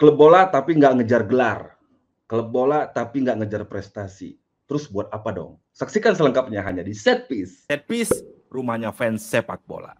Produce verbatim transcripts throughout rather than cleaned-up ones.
Klub bola tapi nggak ngejar gelar, klub bola tapi nggak ngejar prestasi. Terus buat apa dong? Saksikan selengkapnya hanya di Set Piece. Set Piece, rumahnya fans sepak bola.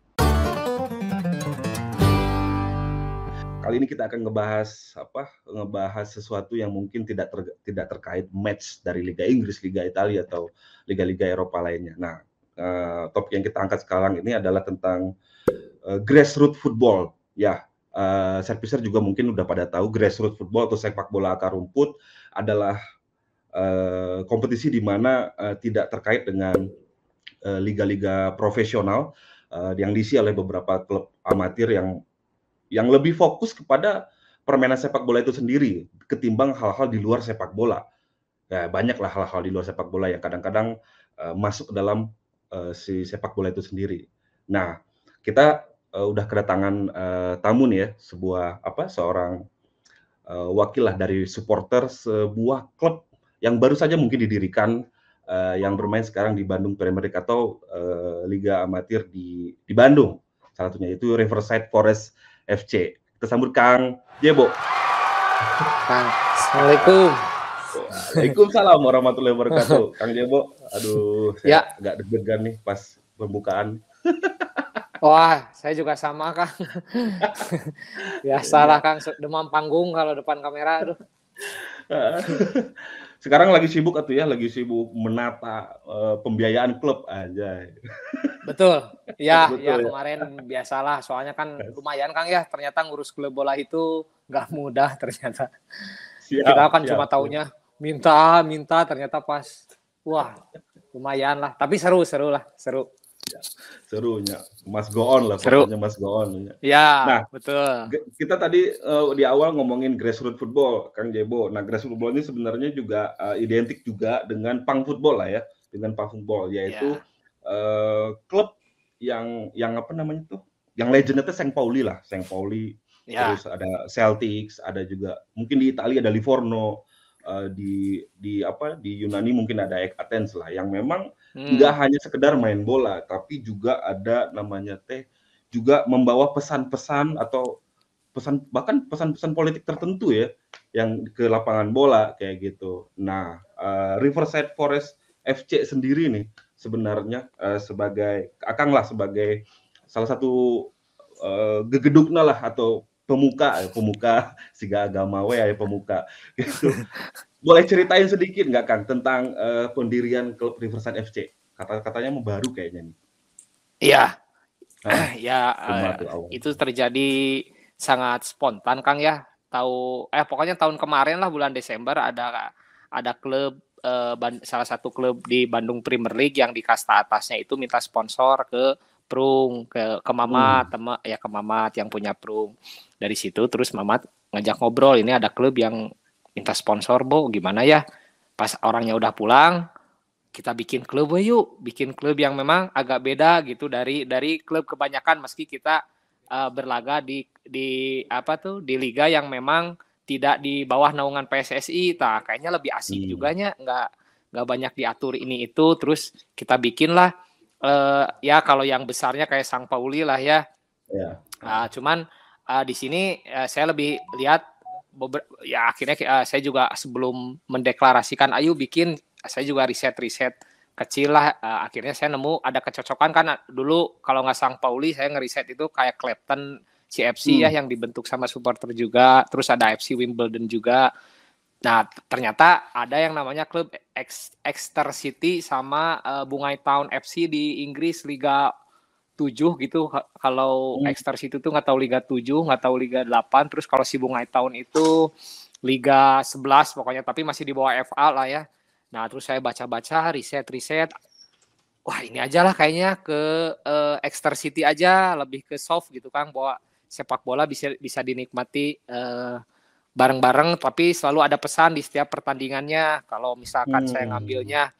Kali ini kita akan ngebahas apa? Ngebahas sesuatu yang mungkin tidak ter, tidak terkait match dari Liga Inggris, Liga Italia atau liga-liga Eropa lainnya. Nah, uh, topik yang kita angkat sekarang ini adalah tentang uh, grassroots football. Ya, uh, Set-Picer juga mungkin udah pada tahu grassroots football atau sepak bola akar rumput adalah uh, kompetisi di mana uh, tidak terkait dengan uh, liga-liga profesional uh, yang diisi oleh beberapa klub amatir yang yang lebih fokus kepada permainan sepak bola itu sendiri ketimbang hal-hal di luar sepak bola. Ya, banyaklah hal-hal di luar sepak bola yang kadang-kadang uh, masuk ke dalam uh, si sepak bola itu sendiri. Nah, kita uh, udah kedatangan uh, tamu nih ya, sebuah apa seorang uh, wakil lah dari supporter sebuah klub yang baru saja mungkin didirikan uh, yang bermain sekarang di Bandung Premier League atau uh, Liga Amatir di di Bandung. Salah satunya itu Riverside Forest F C. Kita sambut Kang Jebo. Kang, Assalamualaikum. Waalaikumsalam warahmatullahi wabarakatuh. Kang Jebo, aduh, saya ya. agak deg-degan nih pas pembukaan. Wah, saya juga sama, Kang. Biasalah, Kang, demam panggung kalau depan kamera, aduh. Sekarang lagi sibuk atau ya, lagi sibuk menata uh, pembiayaan klub aja. Betul. Ya, Betul, ya ya kemarin biasalah, soalnya kan lumayan Kang ya, ternyata ngurus klub bola itu nggak mudah ternyata. Siap, Kita kan siap, cuma taunya minta, minta, ternyata pas, wah lumayan lah. Tapi seru, seru lah, seru. Ya, serunya, Mas go on lah, seru. pokoknya Mas go on. Ya, nah, betul. Kita tadi uh, di awal ngomongin grassroots football, Kang Jebo. Nah, grassroots football ini sebenarnya juga uh, identik juga dengan punk football lah ya, dengan punk football, yaitu yeah. uh, klub yang yang apa namanya tuh, yang legendnya tuh Saint Pauli lah, Saint Pauli, yeah. Terus ada Celtics, ada juga mungkin di Italia ada Livorno, uh, di di apa di Yunani mungkin ada A E K Athens lah, yang memang nggak hmm. hanya sekedar main bola, tapi juga ada namanya teh juga membawa pesan-pesan atau pesan bahkan pesan-pesan politik tertentu ya yang ke lapangan bola kayak gitu. Nah, uh, Riverside Forest F C sendiri nih sebenarnya uh, sebagai Akang lah sebagai salah satu uh, gegedukna lah atau pemuka pemuka siga agama we ya pemuka gitu. Boleh ceritain sedikit nggak Kang tentang uh, pendirian klub Riverside F C? Kata-katanya mau baru kayaknya nih. Iya. Nah, ya uh, itu terjadi sangat spontan Kang ya. Tahu eh pokoknya tahun kemarin lah bulan Desember ada ada klub eh, salah satu klub di Bandung Premier League yang di kasta atasnya itu minta sponsor ke Prung, ke ke Mamat, hmm. tema ya ke Mamat yang punya Prung. Dari situ terus Mamat ngajak ngobrol, ini ada klub yang minta sponsor, Bo, gimana ya? Pas orangnya udah pulang, kita bikin klub yuk, bikin klub yang memang agak beda gitu dari dari klub kebanyakan meski kita uh, berlaga di di apa tuh di liga yang memang tidak di bawah naungan P S S I, nah kayaknya lebih asik hmm. juga nya, nggak nggak banyak diatur ini itu, terus kita bikin lah uh, ya kalau yang besarnya kayak Sang Pauli lah ya, yeah. uh, cuman uh, di sini uh, saya lebih lihat beber- ya akhirnya uh, saya juga sebelum mendeklarasikan ayo bikin, saya juga riset-riset kecil lah, uh, akhirnya saya nemu ada kecocokan kan dulu kalau nggak Sang Pauli saya ngeriset itu kayak Clapton C F C hmm. ya yang dibentuk sama supporter juga, terus ada F C Wimbledon juga. Nah ternyata ada yang namanya klub Exeter City sama uh, Bungai Town F C di Inggris Liga tujuh gitu. Kalau hmm. Exeter City tuh nggak tahu Liga tujuh, nggak tahu Liga delapan, terus kalau si Bungai Town itu Liga sebelas pokoknya, tapi masih di bawah F A lah ya. Nah terus saya baca-baca, riset-riset, wah ini aja lah kayaknya ke uh, Exeter City aja, lebih ke soft gitu Kang, bahwa sepak bola bisa bisa dinikmati uh, bareng-bareng, tapi selalu ada pesan di setiap pertandingannya. Kalau misalkan hmm. saya ngambilnya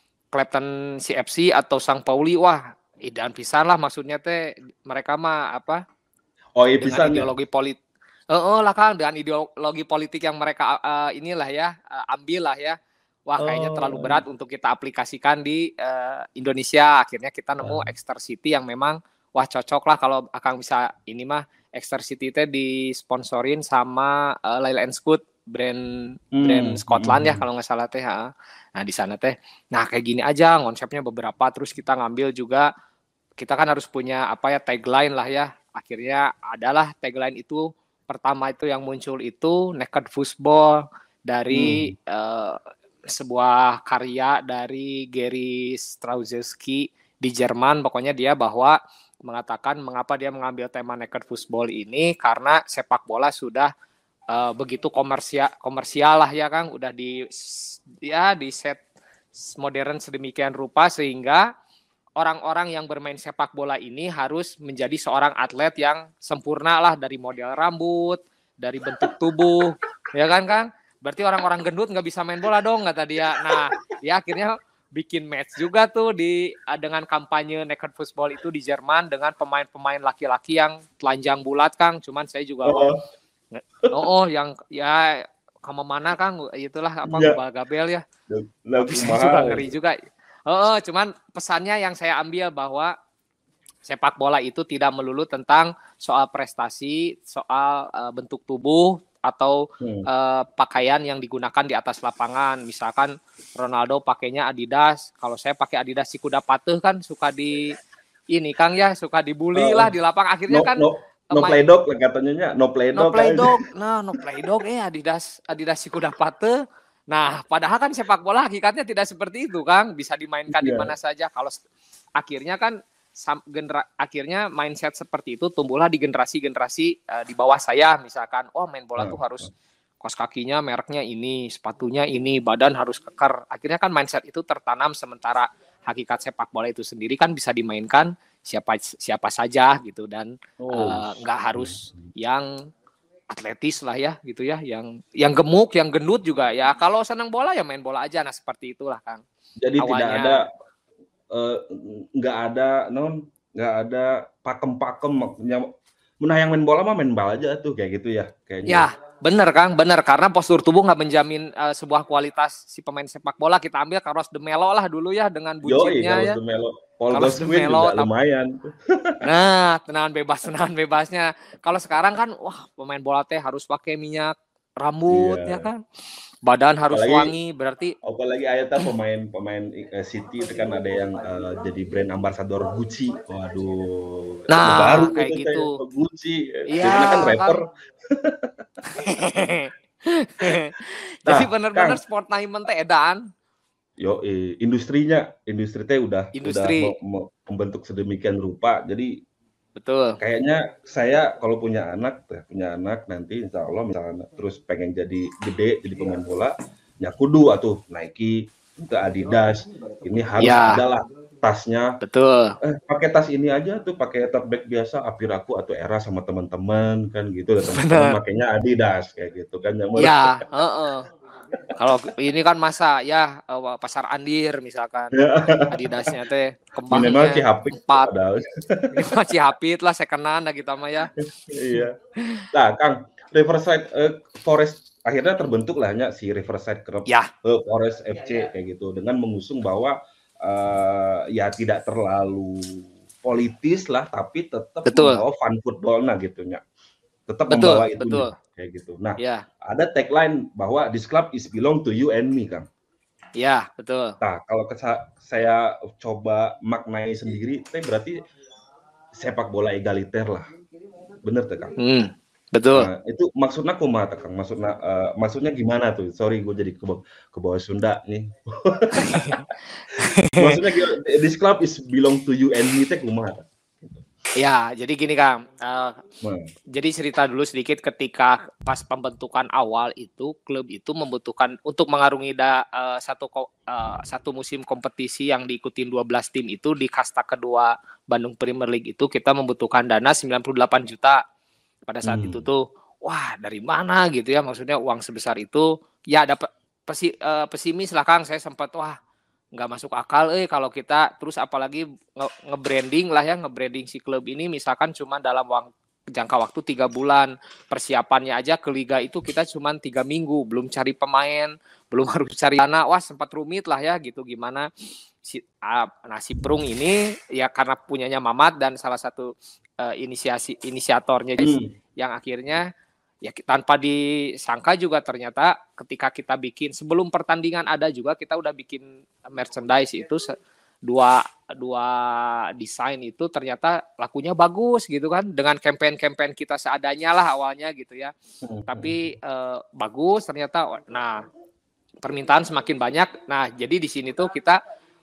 Clapton C F C atau Sang Pauli, wah idan pisan lah maksudnya teh mereka mah apa? Oh iya dengan pisan ideologi ya? politik. Eh uh, uh, lah Kang, dengan ideologi politik yang mereka uh, inilah ya uh, ambil lah ya. Wah kayaknya oh. terlalu berat untuk kita aplikasikan di uh, Indonesia. Akhirnya kita nemu oh. Exeter City yang memang wah cocok lah kalau Akang bisa ini mah Exeter City teh disponsorin sama uh, Lyle and Scoot, brand Hmm, brand Scotland ya hmm. kalau nggak salah teh. ha. Nah di sana teh, nah kayak gini aja konsepnya beberapa, terus kita ngambil juga, kita kan harus punya apa ya tagline lah ya. Akhirnya adalah tagline itu pertama itu yang muncul itu Naked Football dari Hmm. uh, sebuah karya dari Gary Strauszewski di Jerman. Pokoknya dia bahwa mengatakan mengapa dia mengambil tema Naked Football ini karena sepak bola sudah uh, begitu komersial komersial lah ya Kang, udah di ya di set modern sedemikian rupa sehingga orang-orang yang bermain sepak bola ini harus menjadi seorang atlet yang sempurna lah, dari model rambut, dari bentuk tubuh, ya kan Kang? Berarti orang-orang gendut nggak bisa main bola dong, kata dia. Nah, dia akhirnya bikin match juga tuh di dengan kampanye Naked Football itu di Jerman dengan pemain-pemain laki-laki yang telanjang bulat Kang. Cuman saya juga Oh, oh, oh yang ya kamu mana Kang? Itulah apa iya. Gobal Gabel ya. Lagu Tapi saya juga mahal. ngeri juga. Oh, cuman pesannya yang saya ambil bahwa sepak bola itu tidak melulu tentang soal prestasi, soal uh, bentuk tubuh atau Hmm. uh, pakaian yang digunakan di atas lapangan. Misalkan Ronaldo pakainya Adidas, kalau saya pakai Adidas si kuda patuh kan suka di ini Kang ya, suka dibully Uh, lah di lapangan. Akhirnya no kan no no main- play dog lah katanya, no play no dog. play kan. dog. Nah, no play dog eh Adidas Adidas si kuda patuh. Nah, padahal kan sepak bola hakikatnya tidak seperti itu, Kang. Bisa dimainkan di Iya. mana saja. Kalau s- akhirnya kan sam- genera- akhirnya mindset seperti itu tumbuhlah di generasi-generasi eh, di bawah saya. Misalkan, oh main bola Ah, tuh harus kaos kakinya mereknya ini, sepatunya ini, badan harus kekar. Akhirnya kan mindset itu tertanam, sementara hakikat sepak bola itu sendiri kan bisa dimainkan siapa siapa saja gitu, dan Oh. eh, nggak harus yang atletis lah ya gitu ya, yang yang gemuk, yang gendut juga ya. Kalau senang bola ya main bola aja. Nah seperti itulah Kang. Jadi tidak Awalnya. ada eh, nggak ada non nggak ada pakem-pakem maksudnya menah yang main bola mah main bola aja tuh kayak gitu ya kayaknya. Ya bener Kang, bener, karena postur tubuh nggak menjamin uh, sebuah kualitas si pemain sepak bola. Kita ambil Carlos de Melo lah dulu ya dengan Yoi, buncitnya kalau ya. de Melo, Paul Carlos de Goldschmidt Melo, juga tap- lumayan. Nah, tenangan bebas, tenangan bebasnya. Kalau sekarang kan, wah pemain bola teh harus pakai minyak rambut Iya. ya kan, badan harus Apalagi- wangi. Berarti Apalagi ayatnya pemain-pemain eh, City itu kan ada yang eh, jadi brand ambassador Gucci. Waduh. Nah, baru kayak itu gitu. teh, Gucci. Iya, Dia kan rapper. jadi Nah, benar-benar Kang. sportainment teh edan. Yo, eh, industrinya, industri teh udah Industri. udah me- me- membentuk sedemikian rupa. Jadi Betul. kayaknya saya kalau punya anak, teh, punya anak nanti insya Allah misalnya terus pengen jadi gede, jadi pemain bola, ya kudu atuh Nike, itu Adidas, ini harus Ya. ada lah tasnya. Betul. Eh, pakai tas ini aja tuh, pakai tote bag biasa, Apiraku atau Era sama teman-teman kan gitu, dan teman-teman Benar. pakainya Adidas kayak gitu kan. yang Ya, heeh. Kalau ini kan masa ya eh, pasar Andir misalkan, Adidasnya teh minimal kembangnya Cihapit empat, padahal. ini masih hapit lah sekenan dah kita mah ya. Iya. Nah, Kang, Riverside eh, Forest akhirnya terbentuk lah hanya si Riverside Club Ya. eh, Forest F C kayak gitu dengan mengusung bahwa eh, ya tidak terlalu politis lah, tapi tetap Betul. membawa fun football nah gitunya. Tetap Betul, membawa itu betul. kayak gitu. Nah, Ya, ada tagline bahwa this club is belong to you and me, Kang. ya, betul. Nah, kalau kesa- saya coba maknai sendiri, teh berarti sepak bola egaliter lah. Bener tuh, Kang? Hmm, betul. Nah, itu maksudnya kumaha teh, Kang? Maksudnya eh, maksudnya gimana tuh? Sorry, gue jadi ke, ke bawah Sunda nih. Maksudnya gimana? This club is belong to you and me teh kumaha? Ya, jadi gini Kang. Eh, Nah, Jadi cerita dulu sedikit, ketika pas pembentukan awal itu klub itu membutuhkan untuk mengarungi da, uh, satu ko- uh, satu musim kompetisi yang diikutin dua belas tim itu di kasta kedua Bandung Premier League itu kita membutuhkan dana sembilan puluh delapan juta. Pada saat Hmm. itu tuh, wah dari mana gitu ya, maksudnya uang sebesar itu. Ya dapat pesi, uh, pesimis lah Kang, saya sempat wah nggak masuk akal eh kalau kita terus apalagi nge- nge-branding lah ya, nge-branding si klub ini misalkan cuma dalam wang- jangka waktu tiga bulan, persiapannya aja ke liga itu kita cuma tiga minggu, belum cari pemain, belum harus cari dana, wah sempat rumit lah ya gitu. Gimana si ah, nah si Prung ini ya karena punyanya Mamat dan salah satu uh, inisiasi inisiatornya hmm. yang akhirnya ya tanpa disangka juga ternyata ketika kita bikin sebelum pertandingan ada juga kita udah bikin merchandise itu dua dua desain itu ternyata lakunya bagus gitu kan, dengan campaign-campaign kita seadanya lah awalnya gitu ya. Hmm. Tapi uh, bagus ternyata. Nah, permintaan semakin banyak. Nah, jadi di sini tuh kita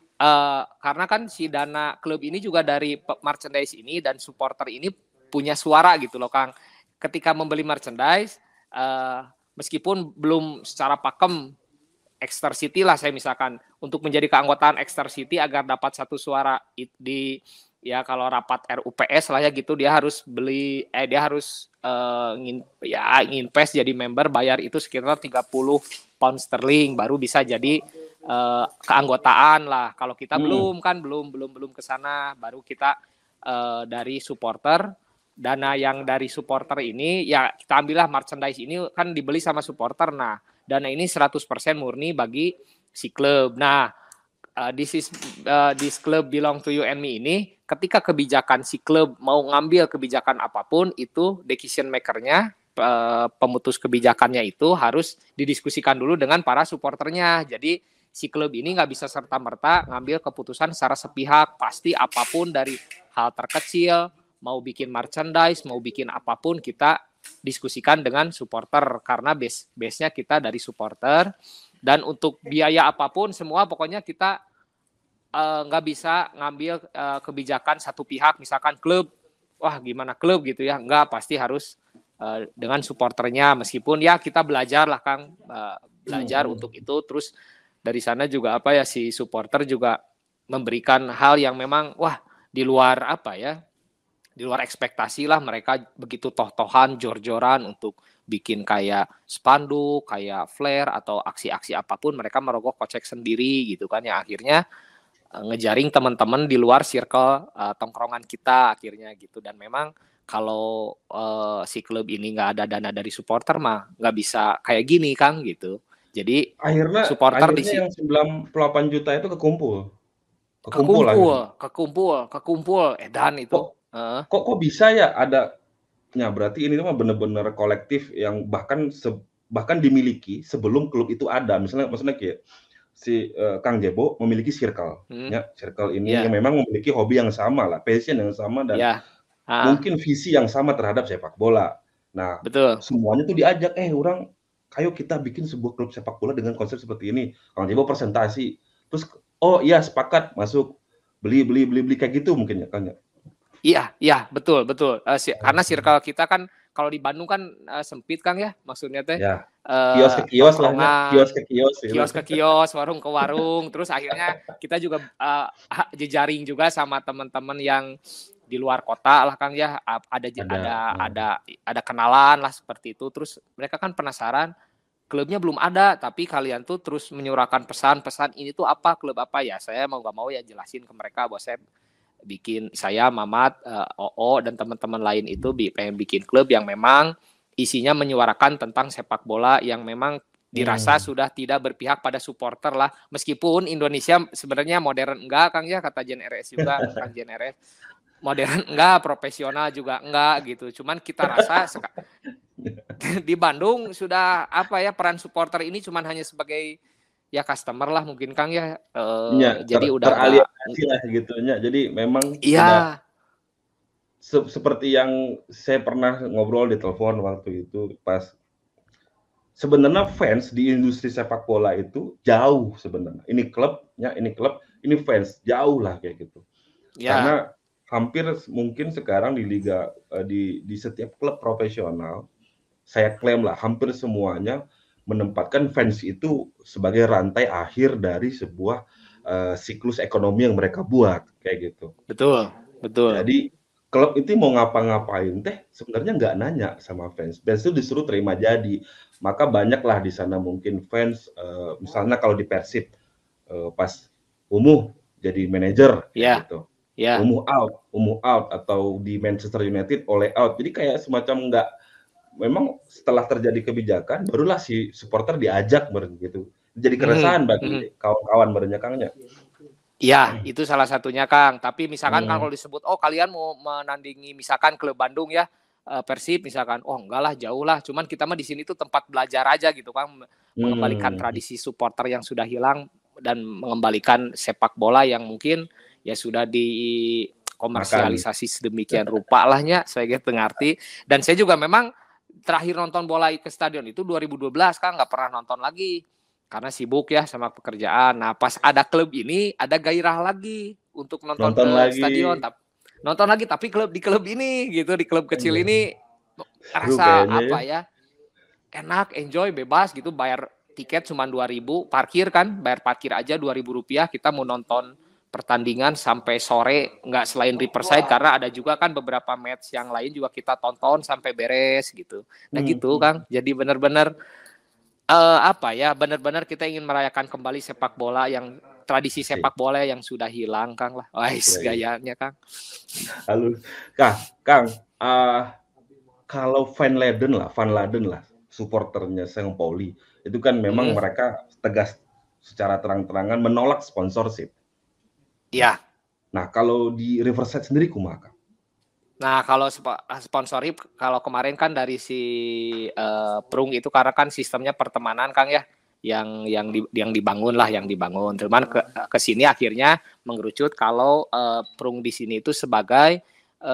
uh, karena kan si dana klub ini juga dari merchandise ini dan supporter ini punya suara gitu loh Kang. Ketika membeli merchandise, uh, meskipun belum secara pakem Exeter City lah saya misalkan untuk menjadi keanggotaan Exeter City agar dapat satu suara di ya kalau rapat R U P S lah ya gitu dia harus beli eh dia harus uh, ngin, ya invest jadi member bayar itu sekitar tiga puluh pound sterling baru bisa jadi uh, keanggotaan lah. Kalau kita hmm. belum kan belum belum belum ke sana, baru kita uh, dari supporter. Dana yang dari supporter ini ya kita ambillah merchandise ini kan dibeli sama supporter. Nah, dana ini seratus persen murni bagi si klub. Nah, uh, this is uh, this club belong to you and me ini ketika kebijakan si klub mau ngambil kebijakan apapun itu decision maker-nya pemutus kebijakannya itu harus didiskusikan dulu dengan para supporternya. Jadi si klub ini nggak bisa serta-merta ngambil keputusan secara sepihak. Pasti apapun dari hal terkecil, mau bikin merchandise, mau bikin apapun kita diskusikan dengan supporter. Karena base, base-nya kita dari supporter. Dan untuk biaya apapun semua pokoknya kita nggak uh, bisa ngambil uh, kebijakan satu pihak. Misalkan klub, wah gimana klub gitu ya. Nggak, pasti harus dengan supporternya, meskipun ya kita belajar lah Kang, uh, belajar hmm. untuk itu. Terus dari sana juga apa ya si supporter juga memberikan hal yang memang wah di luar apa ya di luar ekspektasi lah, mereka begitu toh-tohan jor-joran untuk bikin kayak spanduk, kayak flare atau aksi-aksi apapun, mereka merogoh kocek sendiri gitu kan, yang akhirnya uh, ngejaring teman-teman di luar circle uh, tongkrongan kita akhirnya gitu. Dan memang kalau uh, si klub ini nggak ada dana dari supporter mah nggak bisa kayak gini Kang gitu. Jadi akhirnya supporter akhirnya di sini yang sembilan puluh delapan juta itu kekumpul. Kekumpul, kekumpul, kekumpul, kekumpul, edan itu. Kok, uh. kok kok bisa ya ada? Ya berarti ini mah benar-benar kolektif yang bahkan se, bahkan dimiliki sebelum klub itu ada. Misalnya maksudnya kayak si uh, Kang Jebo memiliki circle, hmm. ya circle ini yeah. yang memang memiliki hobi yang sama lah, passion yang sama dan yeah. Ah. mungkin visi yang sama terhadap sepak bola. Nah, betul. Semuanya tuh diajak, eh orang, ayo kita bikin sebuah klub sepak bola dengan konsep seperti ini. Kang Jebo presentasi, terus oh iya sepakat masuk beli beli beli beli kayak gitu mungkin ya Kang ya. Iya iya betul betul. Uh, si, karena circle kita kan kalau di Bandung kan uh, sempit Kang ya, maksudnya teh. Ya. Uh, kios ke kios lah, ya. kios ke kios, kios ke kios, warung ke warung. Terus akhirnya kita juga uh, jejaring juga sama teman-teman yang di luar kota lah Kang ya, ada ada ada, hmm. ada ada kenalan lah seperti itu. Terus mereka kan penasaran, klubnya belum ada tapi kalian tuh terus menyuarakan pesan-pesan ini tuh apa, klub apa ya. Saya mau nggak mau ya jelasin ke mereka bahwa saya bikin, saya Mamat, uh, O O dan teman-teman lain itu pengen bikin klub yang memang isinya menyuarakan tentang sepak bola yang memang dirasa hmm. sudah tidak berpihak pada supporter lah. Meskipun Indonesia sebenarnya modern enggak Kang ya, kata Jen R S juga Kang Jen R S. Modern enggak, profesional juga enggak gitu. Cuman kita rasa di Bandung sudah apa ya, peran supporter ini cuman hanya sebagai ya customer lah mungkin Kang ya. Uh, ya jadi ter, udah teralienasi lah gitu ya. Jadi memang iya. Se seperti yang saya pernah ngobrol di telepon waktu itu pas sebenarnya fans di industri sepak bola itu jauh sebenarnya. Ini klubnya, ini klub, ini fans jauh lah kayak gitu. Ya. Karena hampir mungkin sekarang di liga di di setiap klub profesional saya klaim lah hampir semuanya menempatkan fans itu sebagai rantai akhir dari sebuah uh, siklus ekonomi yang mereka buat kayak gitu. Betul, betul. Jadi klub itu mau ngapa-ngapain teh sebenarnya nggak nanya sama fans. Fans itu disuruh terima jadi. Maka banyaklah di sana mungkin fans uh, misalnya kalau di Persib uh, pas Umuh jadi manajer yeah. gitu. Yeah. Umuh out, Umuh out, atau di Manchester United oleh out. Jadi kayak semacam nggak, memang setelah terjadi kebijakan barulah si supporter diajak beren gitu. Jadi keresahan mm-hmm. bagi mm-hmm. kawan-kawan berennya Kangnya. Iya, itu salah satunya Kang. Tapi misalkan Hmm. kalau disebut, oh kalian mau menandingi misalkan klub Bandung ya, eh, Persib misalkan, oh enggak lah jauh lah. Cuman kita mah di sini tuh tempat belajar aja gitu Kang, mengembalikan Hmm. tradisi supporter yang sudah hilang dan mengembalikan sepak bola yang mungkin ya sudah dikomersialisasi sedemikian rupa lahnya, saya gitu ngerti. Dan saya juga memang terakhir nonton bola ke stadion itu dua ribu dua belas Kang, nggak pernah nonton lagi. Karena sibuk ya sama pekerjaan. Nah, pas ada klub ini, ada gairah lagi untuk nonton, nonton ke lagi. stadion. Nonton lagi, tapi klub di klub ini, gitu, di klub kecil ini, Aduh, rasa kayaknya apa ya. ya, enak, enjoy, bebas gitu, bayar tiket cuma dua ribu, parkir kan, bayar parkir aja dua ribu rupiah, kita mau nonton pertandingan sampai sore, nggak selain Riverside, karena ada juga kan beberapa match yang lain juga kita tonton sampai beres gitu. Nah Hmm. gitu Kang, jadi benar-benar Uh, apa ya, benar-benar kita ingin merayakan kembali sepak bola yang tradisi sepak bola yang sudah hilang Kang lah. Wais, ya, gayanya Kang. Halo, Kang, Kang, uh, kalau Van Laden lah, Van Laden lah, supporternya St. Pauli, itu kan memang hmm. mereka tegas secara terang-terangan menolak sponsorship. Iya. Nah, kalau di Riverside sendiri kumaha? Nah, kalau sponsorship, kalau kemarin kan dari si uh, Prung itu karena kan sistemnya pertemanan Kang ya, yang yang di, yang dibangun lah, yang dibangun. Cuman ke ke sini akhirnya mengerucut kalau uh, Prung di sini itu sebagai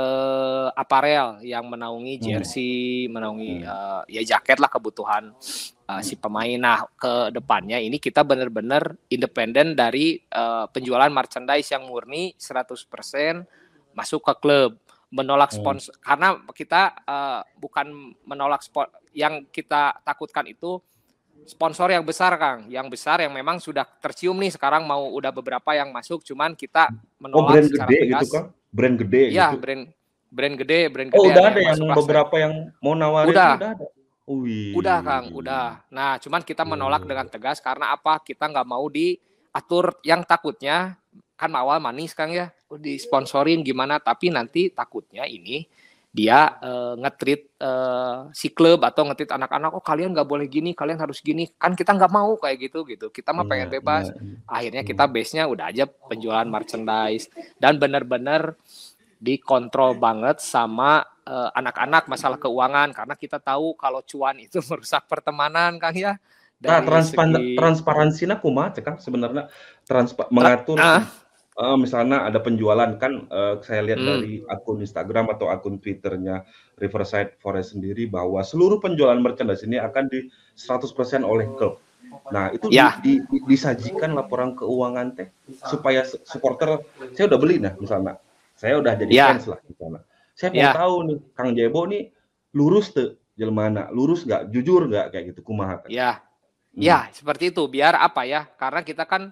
uh, aparel yang menaungi jersey, hmm. menaungi uh, ya jaket lah kebutuhan uh, si pemain. Nah, ke depannya ini kita benar-benar independen dari uh, penjualan merchandise yang murni seratus persen masuk ke klub. Menolak sponsor hmm. karena kita uh, bukan menolak sponsor, yang kita takutkan itu sponsor yang besar Kang, yang besar yang memang sudah tercium nih sekarang mau udah beberapa yang masuk, cuman kita menolak oh, brand secara gede tegas. Gitu Kang? Brand gede ya, gitu. brand brand gede, brand oh, gede. Oh, udah ada yang, yang beberapa saya. yang mau nawarin udah. udah ada. Wih. Udah Kang, udah. Nah, cuman kita menolak hmm. dengan tegas karena apa? Kita nggak mau diatur, yang takutnya kan awal manis Kang ya, disponsorin gimana, tapi nanti takutnya ini dia uh, nge-treat uh, si klub atau nge-treat anak-anak, oh kalian nggak boleh gini, kalian harus gini, kan kita nggak mau kayak gitu gitu, kita mah pengen bebas. Akhirnya kita base-nya udah aja penjualan merchandise dan benar-benar dikontrol banget sama uh, anak-anak masalah keuangan, karena kita tahu kalau cuan itu merusak pertemanan Kang ya. Nah, transpa segi... transparansinya kumaha Kang sebenarnya, transpa mengatur uh, Uh, misalnya ada penjualan kan, uh, saya lihat hmm. dari akun Instagram atau akun Twitternya Riverside Forest sendiri bahwa seluruh penjualan merchandise ini akan di seratus persen oleh klub. Nah itu ya. di, di, disajikan laporan keuangan teh supaya supporter, saya udah beli nah misalnya, saya udah jadi ya. fans lah misalnya, saya mau ya. tahu nih Kang Jebo nih lurus tuh jelmana, lurus nggak, jujur nggak kayak gitu kumaha? Ya, hmm. ya seperti itu biar apa ya, karena kita kan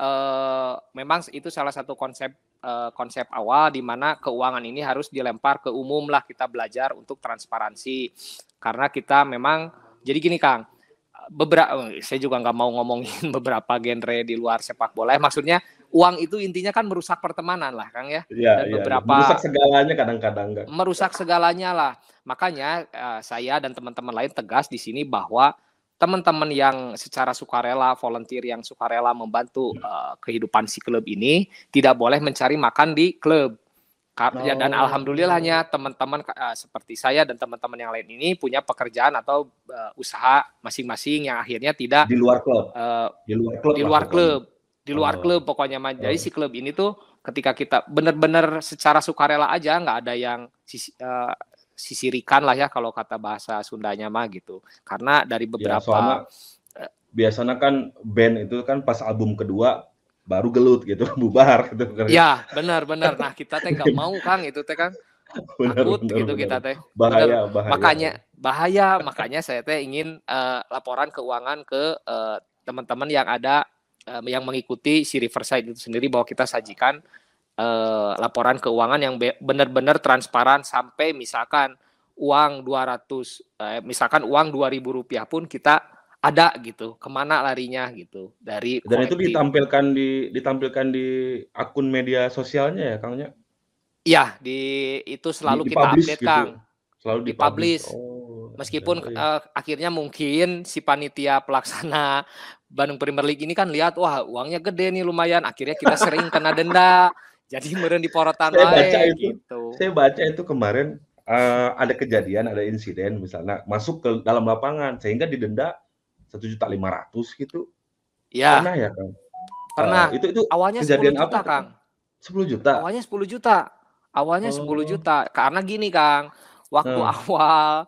Uh, memang itu salah satu konsep uh, konsep awal di mana keuangan ini harus dilempar ke umum lah, kita belajar untuk transparansi karena kita memang jadi gini Kang, beberapa saya juga nggak mau ngomongin beberapa genre di luar sepak bola, maksudnya uang itu intinya kan merusak pertemanan lah Kang ya, ya dan ya, beberapa ya. merusak segalanya kadang-kadang kan. merusak segalanya lah, makanya uh, saya dan teman-teman lain tegas di sini bahwa teman-teman yang secara sukarela, volunteer yang sukarela membantu uh, kehidupan si klub ini tidak boleh mencari makan di klub. Oh. Dan alhamdulillahnya teman-teman uh, seperti saya dan teman-teman yang lain ini punya pekerjaan atau uh, usaha masing-masing yang akhirnya tidak di luar klub. Uh, di luar klub. Di luar klub. Di luar oh. klub pokoknya. Jadi oh. si klub ini tuh ketika kita benar-benar secara sukarela aja, nggak ada yang sisi, uh, sisirikan lah ya kalau kata bahasa Sundanya mah gitu, karena dari beberapa ya, soalnya, uh, biasanya kan band itu kan pas album kedua baru gelut gitu, bubar gitu kan. Ya benar-benar, nah kita teh nggak mau Kang itu teh Kang, benar, takut benar, gitu benar. Kita teh bahaya, bahaya makanya bahaya makanya saya teh ingin uh, laporan keuangan ke uh, teman-teman yang ada uh, yang mengikuti si Riverside itu sendiri, bahwa kita sajikan Uh, laporan keuangan yang be- benar-benar transparan sampai misalkan uang dua ratus, uh, misalkan uang dua ribu rupiah pun kita ada gitu, kemana larinya gitu dari dan kolektif. Itu ditampilkan di ditampilkan di akun media sosialnya ya Kangnya? Iya, di itu selalu di, kita update gitu. Kang. Selalu dipublish. dipublish. Oh, Meskipun ada, oh, iya. uh, akhirnya mungkin si panitia pelaksana Bandung Premier League ini kan lihat, wah uangnya gede nih lumayan, akhirnya kita sering kena denda, jadi meureun diporotan Saya baca wae itu, gitu. saya baca itu kemarin uh, ada kejadian, ada insiden misalnya masuk ke dalam lapangan sehingga didenda satu juta lima ratus gitu. Ya. Pernah ya, Kang? Pernah. Uh, itu itu awalnya kejadian sepuluh juta, apa, Kang. sepuluh juta. Awalnya sepuluh juta. Awalnya Oh. sepuluh juta. Karena gini, Kang. Waktu hmm. awal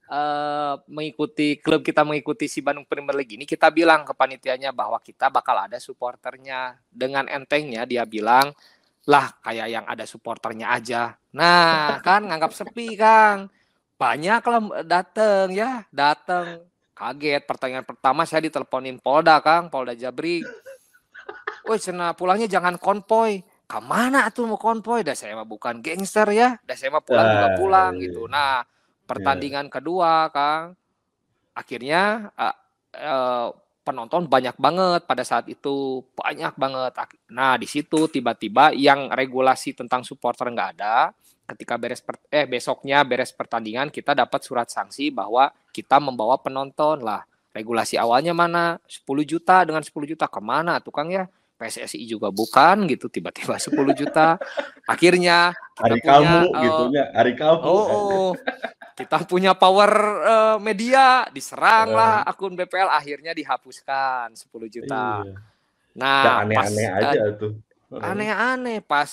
Uh, mengikuti klub kita mengikuti si Bandung Premier League ini, kita bilang ke panitianya bahwa kita bakal ada supporternya. Dengan entengnya dia bilang, lah kayak yang ada supporternya aja. Nah kan nganggap sepi, Kang. Banyak lah dateng ya, dateng. Kaget, pertanyaan pertama saya diteleponin Polda, Kang, Polda Jabri. Woi, cena pulangnya jangan konvoy. Kemana tuh mau konvoy? Dah saya mah bukan gangster ya. Dah saya mah pulang juga pulang gitu. Nah, pertandingan yeah. kedua, Kang, akhirnya uh, uh, penonton banyak banget pada saat itu, banyak banget. Nah, di situ tiba-tiba yang regulasi tentang supporter nggak ada. Ketika beres per, eh besoknya beres pertandingan, kita dapat surat sanksi bahwa kita membawa penonton lah. Regulasi awalnya mana? sepuluh juta, dengan sepuluh juta kemana tuh, Kang ya? P S S I juga bukan gitu, tiba-tiba sepuluh juta. Akhirnya kita hari punya kamu uh, gitunya, hari kamu. Oh, oh. Kita punya power uh, media, diseranglah akun B P L, akhirnya dihapuskan sepuluh juta. Iya. Nah, ya, aneh-aneh pas aja uh, tuh. Aneh-aneh pas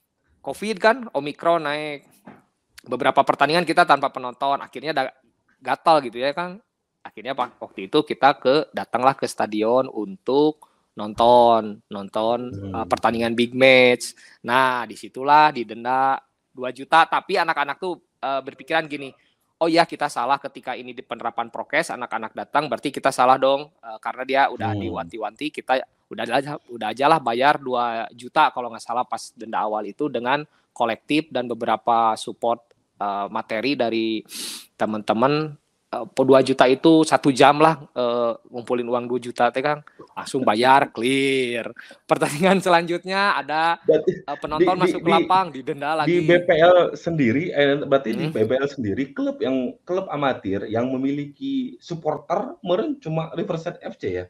Covid kan, Omikron naik. Beberapa pertandingan kita tanpa penonton, akhirnya da- gatal gitu ya, Kang. Akhirnya waktu itu kita ke datanglah ke stadion untuk nonton, nonton hmm. uh, pertandingan big match. Nah, disitulah didenda dua juta, tapi anak-anak tuh uh, berpikiran gini, oh ya kita salah ketika ini di penerapan prokes, anak-anak datang berarti kita salah dong, uh, karena dia udah hmm. diwanti-wanti, kita udah aja udah ajalah bayar dua juta kalau nggak salah pas denda awal itu, dengan kolektif dan beberapa support uh, materi dari teman-teman. Uh, dua juta itu satu jam lah uh, ngumpulin uang dua juta teh, Kang, langsung bayar clear. Pertandingan selanjutnya ada berarti, uh, penonton di, masuk di, ke lapang didenda lagi. Di B P L sendiri eh, berarti hmm. di B P L sendiri klub yang klub amatir yang memiliki supporter meren cuma Riverside F C ya?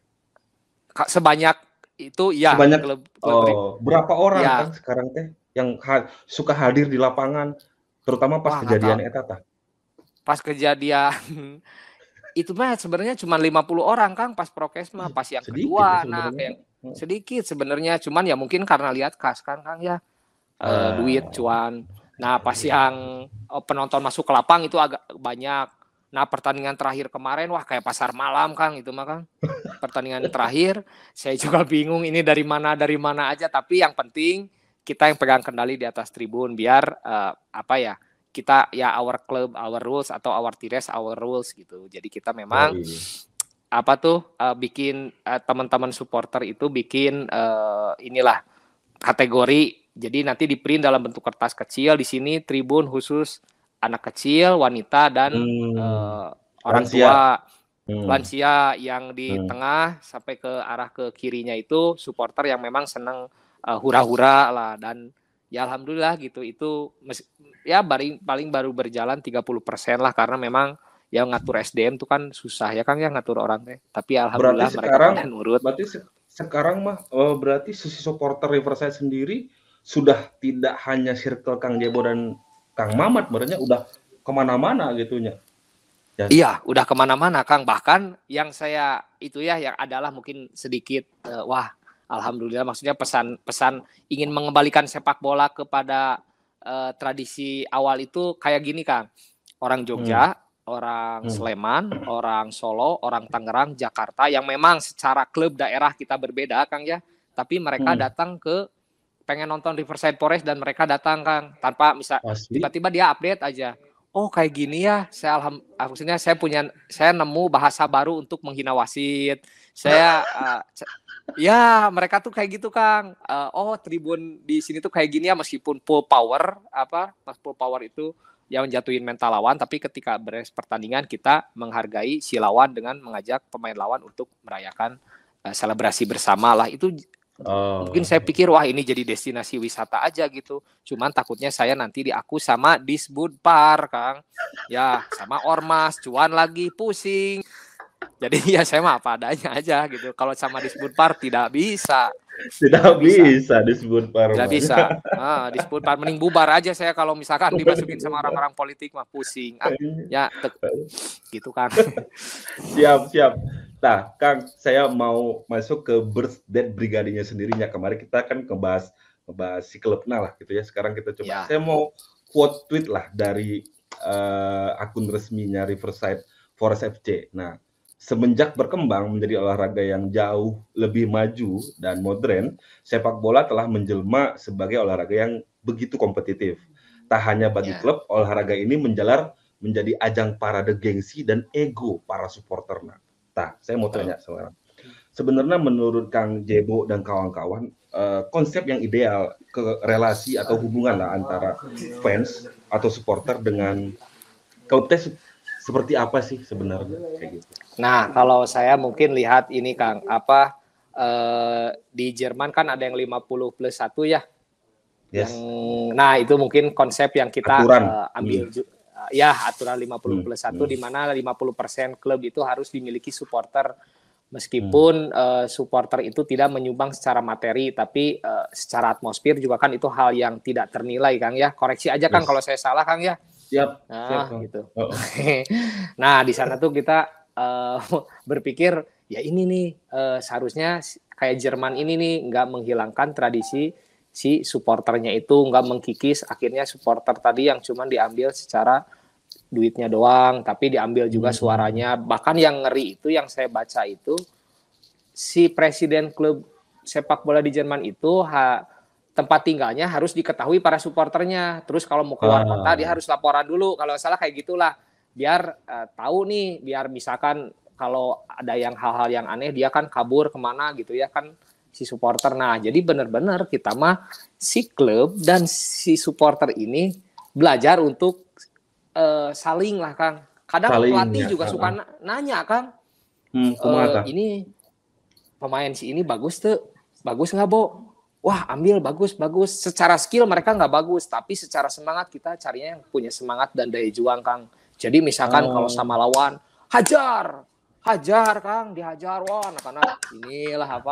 Sebanyak itu ya. Sebanyak klub, klub, oh, berapa orang ya. Kan sekarang teh yang ha- suka hadir di lapangan, terutama pas Wah, kejadian eta tah? Pas kejadian itu mah sebenarnya cuma lima puluh orang, Kang, pas prokes mah, pas yang sedikit kedua ya, nah kayak sedikit sebenarnya, cuman ya mungkin karena lihat kas kan, Kang ya, uh, uh. duit cuan. Nah pas yang oh, penonton masuk ke lapang itu agak banyak. Nah pertandingan terakhir kemarin, wah kayak pasar malam, Kang, itu mah, Kang. Pertandingan terakhir saya juga bingung ini dari mana dari mana aja, tapi yang penting kita yang pegang kendali di atas tribun, biar uh, apa ya, kita ya our club, our rules, atau our tires, our rules gitu. Jadi kita memang oh, iya. apa tuh uh, bikin uh, teman-teman supporter itu bikin uh, inilah kategori. Jadi nanti di print dalam bentuk kertas kecil, di sini tribun khusus anak kecil, wanita, dan hmm. uh, orang lansia. tua, hmm. lansia. Yang di hmm. tengah sampai ke arah ke kirinya itu supporter yang memang senang uh, hura-hura lah. Dan ya alhamdulillah gitu, itu ya paling paling baru berjalan tiga puluh persen lah, karena memang yang ngatur S D M tuh kan susah ya, Kang, yang ngatur orang teh. Tapi alhamdulillah berarti mereka sekarang, pada nurut. Berarti se- sekarang mah oh, berarti sisi supporter Riverside sendiri sudah tidak hanya circle Kang Jebo dan Kang Mamat, sebenarnya udah kemana-mana gitunya. Ya. Iya, udah kemana-mana, Kang. Bahkan yang saya itu ya yang adalah mungkin sedikit uh, wah alhamdulillah, maksudnya pesan-pesan ingin mengembalikan sepak bola kepada uh, tradisi awal itu kayak gini, Kang. Orang Jogja, hmm. orang hmm. Sleman, orang Solo, orang Tangerang, Jakarta, yang memang secara klub daerah kita berbeda, Kang ya. Tapi mereka hmm. datang ke pengen nonton Riverside Forest, dan mereka datang, Kang, tanpa misal Asli? tiba-tiba dia update aja. Oh kayak gini ya, saya alham, maksudnya saya punya, saya nemu bahasa baru untuk menghina wasit. Saya uh, ya mereka tuh kayak gitu, Kang. Uh, oh tribun di sini tuh kayak gini ya, meskipun full power, apa full power itu yang menjatuhin mental lawan, tapi ketika beres pertandingan kita menghargai si lawan dengan mengajak pemain lawan untuk merayakan uh, selebrasi bersama lah. Itu Oh. Mungkin saya pikir wah ini jadi destinasi wisata aja gitu. Cuman takutnya saya nanti diaku sama Disbudpar, Kang. Ya, sama ormas, cuan lagi pusing. Jadi ya saya mah apa adanya aja gitu. Kalau sama Disbudpar tidak bisa. Tidak, tidak bisa, bisa Disbudpar. Tidak bisa. Ah, Disbudpar mending bubar aja saya kalau misalkan dimasukin sama orang-orang politik mah pusing. Ah, ya gitu kan. Siap, siap. Nah, Kang, saya mau masuk ke birthday brigadenya sendirinya. Kemarin kita kan ngebahas ngebahas si klubnya lah gitu ya. Sekarang kita coba. Ya. Saya mau quote tweet lah dari uh, akun resminya Riverside Forest F C. Nah, semenjak berkembang menjadi olahraga yang jauh lebih maju dan modern, sepak bola telah menjelma sebagai olahraga yang begitu kompetitif. Tak hanya bagi ya. klub, olahraga ini menjalar menjadi ajang parade gengsi dan ego para supporternya. Nah, saya mau tanya sekarang. Sebenarnya menurut Kang Jebo dan kawan-kawan, uh, konsep yang ideal ke relasi atau hubungan lah antara fans atau supporter dengan klubnya seperti apa sih sebenarnya kayak gitu? Nah, kalau saya mungkin lihat ini Kang, apa uh, di Jerman kan ada yang lima puluh plus satu ya. Yes. Yang, nah, itu mungkin konsep yang kita uh, ambil hmm. Ya, aturan lima puluh plus satu hmm. di mana lima puluh persen klub itu harus dimiliki supporter meskipun hmm. uh, supporter itu tidak menyumbang secara materi tapi uh, secara atmosfer juga kan itu hal yang tidak ternilai Kang ya. Koreksi aja Kang yes. kalau saya salah Kang ya. Siap. Nah, siap, gitu. Oh. Nah, di sana tuh kita uh, berpikir ya ini nih uh, seharusnya kayak Jerman ini nih nggak menghilangkan tradisi si supporternya itu, nggak mengkikis akhirnya supporter tadi yang cuma diambil secara duitnya doang, tapi diambil juga suaranya. Bahkan yang ngeri itu yang saya baca itu si presiden klub sepak bola di Jerman itu ha, tempat tinggalnya harus diketahui para supporternya. Terus kalau mau keluar ah. kota dia harus laporan dulu. Kalau salah kayak gitulah. Biar uh, tahu nih, biar misalkan kalau ada yang hal-hal yang aneh dia kan kabur kemana gitu ya kan si supporter. Nah, jadi benar-benar kita mah si klub dan si supporter ini belajar untuk uh, saling lah, Kang. Kadang saling, pelatih ya, juga kan. suka nanya, Kang. Hmm, uh, ini pemain si ini bagus tuh, bagus nggak, Bo? Wah, ambil bagus, bagus. Secara skill mereka nggak bagus, tapi secara semangat kita carinya yang punya semangat dan daya juang, Kang. Jadi misalkan oh. kalau sama lawan, hajar, hajar, Kang, dihajar, wah, anak-anak inilah apa?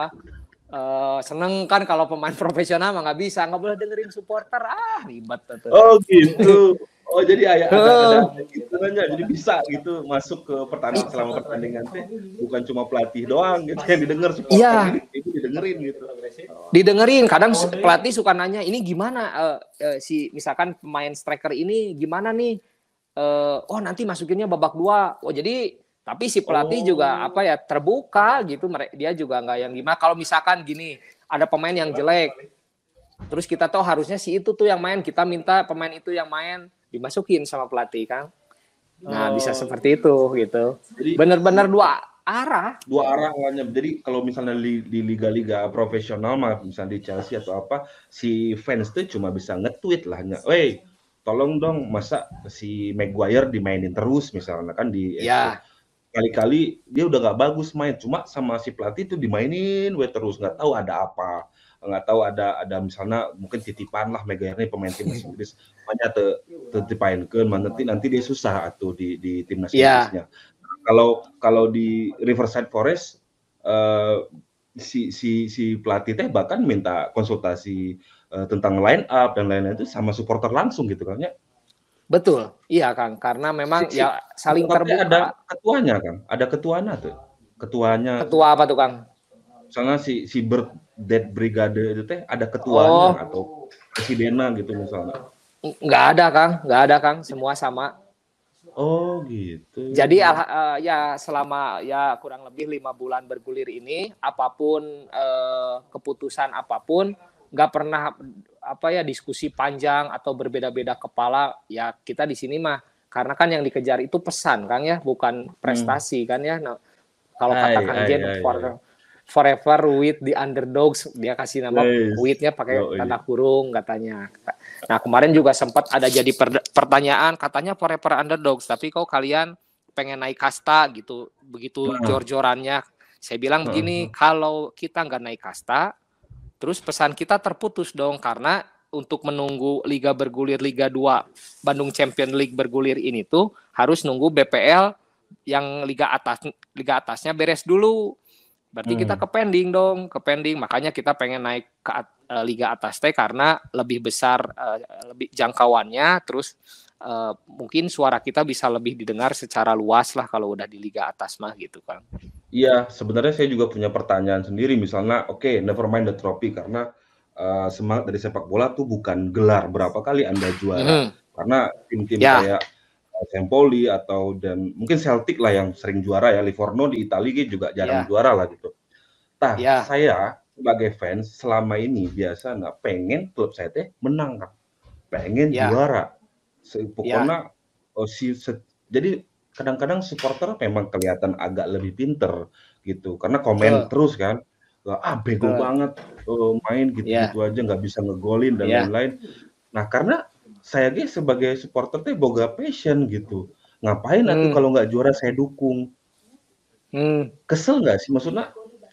Uh, seneng kan kalau pemain profesional mah nggak bisa, nggak boleh dengerin supporter, ah ribet tuh. Oh gitu. Oh jadi ayah ada, ada, ada gitu aja, jadi bisa gitu masuk ke pertandingan selama pertandingan teh bukan cuma pelatih doang gitu yang didengar supporter ya. Itu didengerin gitu. Didengerin, kadang pelatih suka nanya ini gimana uh, uh, si misalkan pemain striker ini gimana nih, uh, oh nanti masukinnya babak dua, oh jadi tapi si pelatih oh. juga apa ya terbuka gitu, dia juga nggak yang gimana. Kalau misalkan gini, ada pemain yang jelek, terus kita tahu harusnya si itu tuh yang main, kita minta pemain itu yang main, dimasukin sama pelatih, Kang. Nah oh. bisa seperti itu gitu. Benar-benar dua arah. Dua arah awalnya. Jadi kalau misalnya di, di liga-liga profesional, misalnya di Chelsea atau apa, si fans tuh cuma bisa nge-tweet lah, "Wey, tolong dong, masa si Maguire dimainin terus," misalnya kan di. Ya. Kali-kali dia udah gak bagus main, cuma sama si pelatih itu dimainin we terus, nggak tahu ada apa, nggak tahu ada ada misalnya mungkin titipan lah Maguire nih pemain timnas Inggris, makanya te titipainkeun nanti nanti dia susah atuh di di timnas yeah. Inggrisnya. Kalau kalau di Riverside Forest uh, si si si pelatih teh bahkan minta konsultasi uh, tentang line up dan lain-lain itu sama supporter langsung gitu kan ya. Betul, iya Kang, karena memang si, ya saling terbuka. Ada ketuanya Kang, ada ketuanya tuh, ketuanya. Ketua apa tuh Kang? Misalnya si si Birthday Brigade itu teh ada ketuanya oh. atau presidennya gitu misalnya. Nggak ada Kang, nggak ada Kang, semua sama. Oh gitu. Jadi uh, ya selama ya kurang lebih lima bulan bergulir ini, apapun uh, keputusan apapun, nggak pernah apa ya diskusi panjang atau berbeda-beda kepala ya kita di sini mah karena kan yang dikejar itu pesan Kang ya bukan prestasi hmm. kan ya. Nah, kalau kata Kang Jen for, forever with the underdogs, dia kasih nama yes. with-nya pakai tanda kurung katanya. Nah kemarin juga sempat ada jadi per- pertanyaan katanya forever underdogs tapi kok kalian pengen naik kasta gitu begitu uh-huh. jor-jorannya. Saya bilang begini uh-huh. kalau kita nggak naik kasta Terus pesan kita terputus dong karena untuk menunggu liga bergulir Liga dua Bandung Champion League bergulir ini tuh harus nunggu B P L yang liga atas liga atasnya beres dulu. Berarti hmm. kita ke pending dong, ke pending. Makanya kita pengen naik ke uh, liga atas teh karena lebih besar uh, lebih jangkauannya, terus uh, mungkin suara kita bisa lebih didengar secara luas lah kalau udah di liga atas mah gitu kan. Iya, sebenarnya saya juga punya pertanyaan sendiri misalnya, oke, okay, never mind the trophy karena uh, semangat dari sepak bola tuh bukan gelar berapa kali Anda juara. Hmm. Karena tim-tim ya. kayak Empoli atau dan mungkin Celtic lah yang sering juara ya, Livorno di Italia juga jarang yeah. juara lah gitu. Nah, yeah. saya sebagai fans selama ini biasa nggak pengen klub saya teh menang kan, pengen yeah. juara. Pokoknya yeah. oh, si, se, jadi kadang-kadang supporter memang kelihatan agak lebih pinter gitu, karena komen uh. terus kan, ah bego uh. banget oh, main gitu-gitu yeah. aja nggak bisa ngegolin dan yeah. lain-lain. Nah karena saya guys sebagai supporter teh boga passion gitu. Ngapain hmm. atuh kalau nggak juara saya dukung? Hmm. Kesel nggak sih? Maksudnya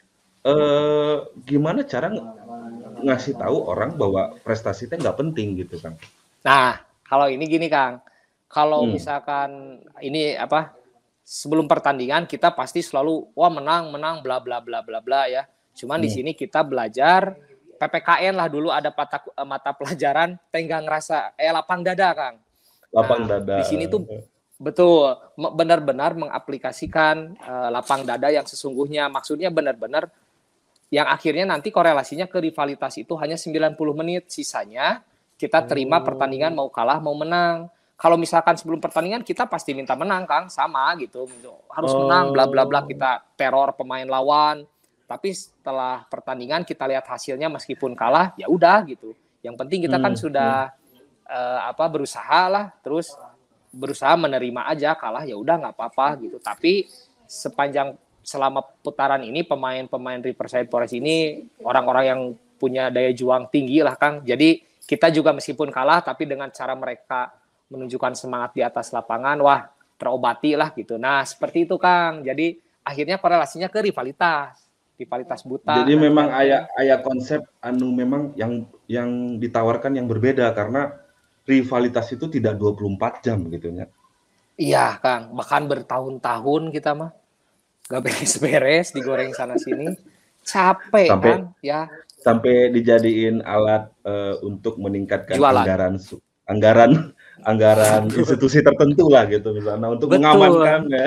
eh, gimana cara ng- ngasih tahu orang bahwa prestasi teh nggak penting gitu Kang? Nah kalau ini gini Kang, kalau hmm. misalkan ini apa sebelum pertandingan kita pasti selalu wah menang menang bla bla bla bla bla ya. Cuman hmm. di sini kita belajar. P P K N lah dulu ada mata, mata pelajaran tenggang rasa eh lapang dada Kang. Lapang nah, dada. Di sini tuh betul benar-benar mengaplikasikan uh, lapang dada yang sesungguhnya, maksudnya benar-benar yang akhirnya nanti korelasinya ke rivalitas itu hanya sembilan puluh menit, sisanya kita terima oh. pertandingan mau kalah mau menang. Kalau misalkan sebelum pertandingan kita pasti minta menang Kang, sama gitu. Harus oh. menang bla bla bla, kita teror pemain lawan. Tapi setelah pertandingan kita lihat hasilnya meskipun kalah ya udah gitu. Yang penting kita kan hmm, sudah hmm. uh, apa berusaha lah, terus berusaha menerima aja, kalah ya udah nggak apa-apa gitu. Tapi sepanjang selama putaran ini pemain-pemain Riverside Forest ini orang-orang yang punya daya juang tinggi lah Kang. Jadi kita juga meskipun kalah tapi dengan cara mereka menunjukkan semangat di atas lapangan, wah terobati lah gitu. Nah seperti itu Kang. Jadi akhirnya korelasinya ke rivalitas. Rivalitas buta. Jadi memang ayah ayah konsep anu memang yang yang ditawarkan yang berbeda karena rivalitas itu tidak dua puluh empat jam gitu ya. Iya, Kang, bahkan bertahun-tahun kita mah gak beres-beres, digoreng sana sini. Capek sampai, Kang, ya. Sampai dijadiin alat uh, untuk meningkatkan Jualan. anggaran anggaran anggaran institusi tertentu lah gitu misalnya untuk Betul. mengamankan ya.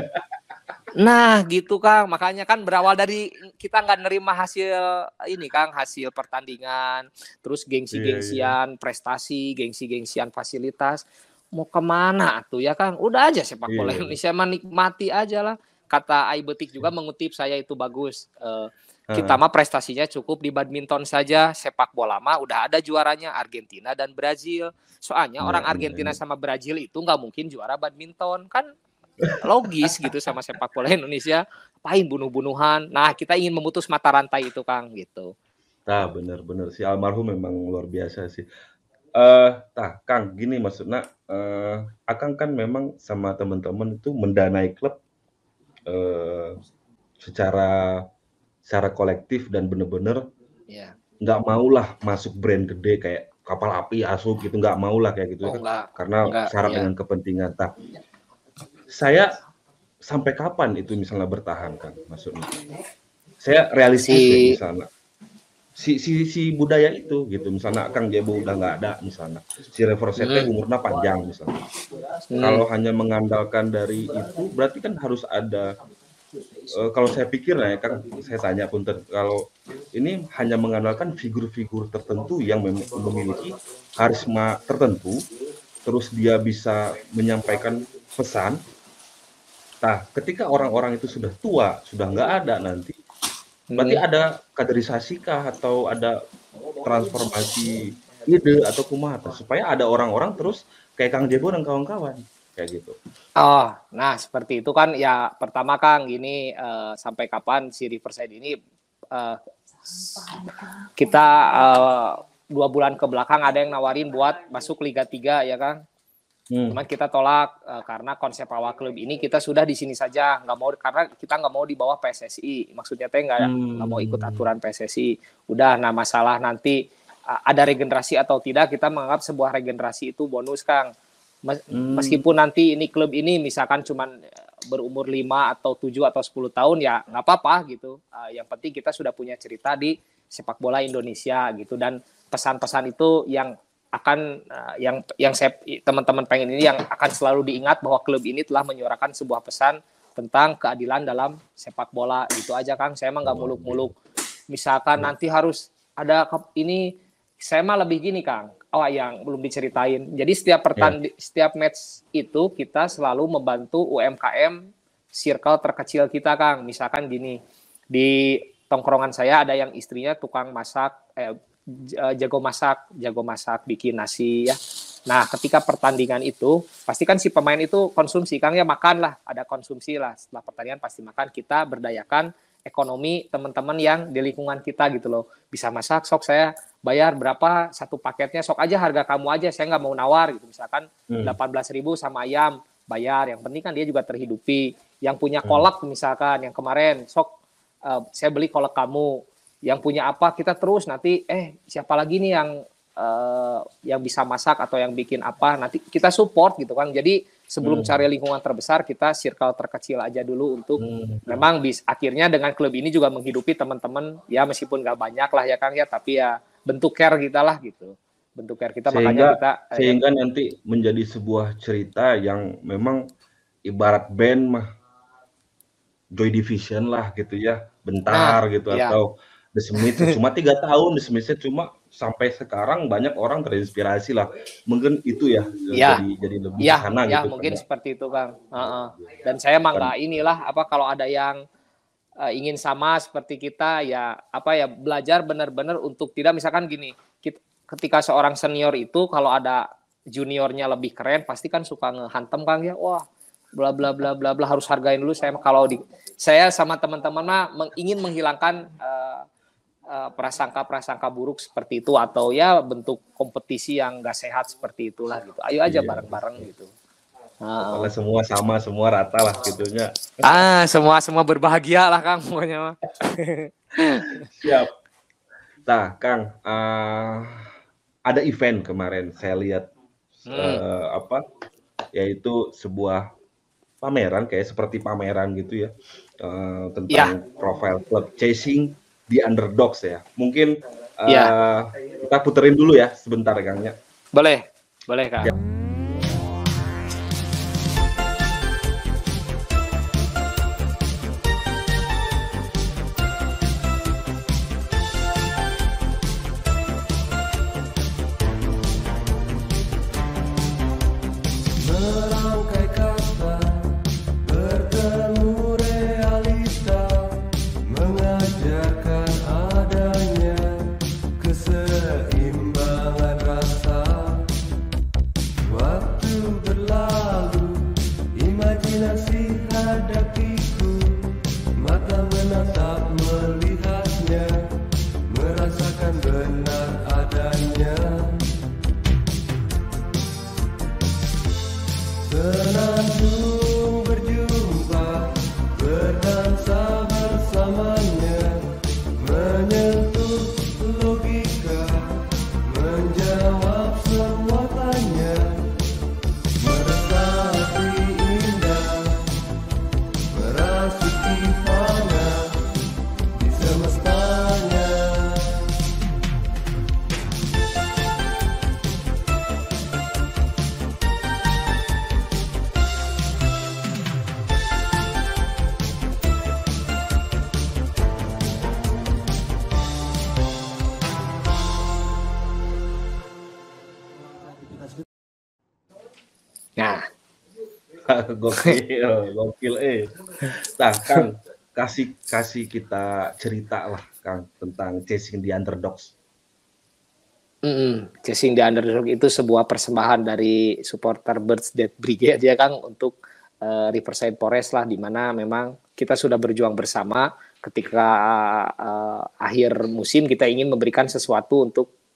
Nah gitu Kang, makanya kan berawal dari kita nggak nerima hasil ini Kang, hasil pertandingan, terus gengsi-gengsian, yeah, yeah. prestasi, gengsi-gengsian fasilitas, mau kemana tuh ya Kang? Udah aja sepak bola yeah. Indonesia menikmati aja lah. Kata Aibetik juga mengutip saya itu bagus. Uh, kita mah prestasinya cukup di badminton saja, sepak bola mah udah ada juaranya Argentina dan Brazil. Soalnya yeah, orang Argentina yeah. sama Brazil itu nggak mungkin juara badminton kan. Logis gitu sama sepak bola Indonesia, apain bunuh-bunuhan. Nah kita ingin memutus mata rantai itu Kang gitu. Nah benar-benar si almarhum memang luar biasa sih. Uh, nah Kang gini maksudnya uh, Akang kan memang sama teman-teman itu mendanai klub uh, secara secara kolektif dan benar-benar yeah. nggak maulah masuk brand gede kayak kapal api Asup gitu, nggak maulah kayak gitu oh, kan enggak, karena enggak, syarat iya. dengan kepentingan. Nah, saya sampai kapan itu misalnya bertahan kan maksudnya saya realistis si... ya misalnya si, si si budaya itu gitu misalnya Kang Jebo udah nggak ada misalnya si Riverside hmm. umurnya panjang misalnya hmm. kalau hanya mengandalkan dari itu berarti kan harus ada uh, kalau saya pikir ya Kang saya tanya punten kalau ini hanya mengandalkan figur-figur tertentu yang mem- memiliki karisma tertentu terus dia bisa menyampaikan pesan. Nah, ketika orang-orang itu sudah tua, sudah nggak ada nanti, berarti hmm. ada kaderisasi kah atau ada transformasi ide atau kumaha supaya ada orang-orang terus kayak Kang Jebo dan kawan-kawan kayak gitu. Oh, nah seperti itu kan ya pertama Kang gini uh, sampai kapan si Riverside ini uh, kita uh, dua bulan ke belakang ada yang nawarin buat masuk Liga tiga ya Kang. Hmm. Cuman kita tolak uh, karena konsep awal klub ini kita sudah di sini saja, nggak mau karena kita nggak mau di bawah P S S I. Maksudnya teh nggak hmm. nggak mau ikut aturan P S S I. Udah, nah masalah nanti uh, ada regenerasi atau tidak, kita menganggap sebuah regenerasi itu bonus, Kang. Mes- hmm. Meskipun nanti ini klub ini misalkan cuman berumur lima atau tujuh atau sepuluh tahun, ya nggak apa-apa gitu. Uh, yang penting kita sudah punya cerita di sepak bola Indonesia gitu, dan pesan-pesan itu yang akan uh, yang yang saya teman-teman pengen ini yang akan selalu diingat bahwa klub ini telah menyuarakan sebuah pesan tentang keadilan dalam sepak bola. Itu aja, Kang. Saya mah nggak muluk-muluk. Misalkan nanti harus ada ini, saya mah lebih gini, Kang. Oh, yang belum diceritain. Jadi setiap pertanding, yeah. setiap match itu kita selalu membantu U M K M circle terkecil kita, Kang. Misalkan gini, di tongkrongan saya ada yang istrinya tukang masak, eh, jago masak, jago masak, bikin nasi ya. Nah, ketika pertandingan itu, pasti kan si pemain itu konsumsi, Kang, ya makan lah, ada konsumsi lah. Setelah pertandingan pasti makan, kita berdayakan ekonomi teman-teman yang di lingkungan kita gitu loh. Bisa masak, sok saya bayar berapa satu paketnya, sok aja harga kamu aja, saya nggak mau nawar gitu. Misalkan hmm. delapan belas ribu sama ayam, bayar. Yang penting kan dia juga terhidupi. Yang punya kolak hmm. misalkan, yang kemarin, sok uh, saya beli kolak kamu. Yang punya apa, kita terus nanti eh siapa lagi nih yang uh, yang bisa masak atau yang bikin apa, nanti kita support gitu, Kang. Jadi sebelum hmm. cari lingkungan terbesar, kita circle terkecil aja dulu untuk hmm. memang bis akhirnya dengan klub ini juga menghidupi teman-teman ya, meskipun nggak banyak lah ya, Kang ya, tapi ya bentuk care kita lah gitu, bentuk care kita. Sehingga, makanya kita sehingga eh, nanti menjadi sebuah cerita yang memang ibarat band mah Joy Division lah gitu ya, bentar nah, gitu iya. Atau The Smiths cuma tiga tahun, The Smiths cuma sampai sekarang banyak orang terinspirasi lah. Mungkin itu ya, ya. jadi jadi lebih ya, sana ya, gitu. Mungkin kan, seperti itu, Kang. Uh-uh. Dan saya mah nggak inilah apa kalau ada yang uh, ingin sama seperti kita ya apa ya belajar benar-benar untuk tidak misalkan gini. Kita, ketika seorang senior itu kalau ada juniornya lebih keren pasti kan suka ngehantem, Kang ya. Wah, bla bla bla bla bla harus hargain dulu. Saya kalau di saya sama teman-teman mah meng, ingin menghilangkan uh, Uh, prasangka-prasangka buruk seperti itu atau ya bentuk kompetisi yang gak sehat seperti itulah gitu. Ayo aja iya. bareng-bareng gitu. Kalau uh, semua sama, semua rata lah gitunya. Ah, semua semua berbahagia lah, Kang, pokoknya. Siap. Nah, Kang, uh, ada event kemarin saya lihat hmm. uh, apa? Yaitu sebuah pameran kayak seperti pameran gitu ya. Uh, tentang ya. Profile Club Chasing The Underdogs ya. Mungkin uh, ya. kita puterin dulu ya sebentar, Kangnya. Boleh, boleh, Kang. Ya. Gokil, gokil eh. Nah, Kang, kasih kasih kita cerita lah, Kang, tentang Chasing the Underdogs. Mm-hmm. Chasing the Underdogs itu sebuah persembahan dari supporter Birds Dead Brigade ya, Kang, untuk uh, Riverside Forest lah, di mana memang kita sudah berjuang bersama ketika uh, uh, akhir musim kita ingin memberikan sesuatu untuk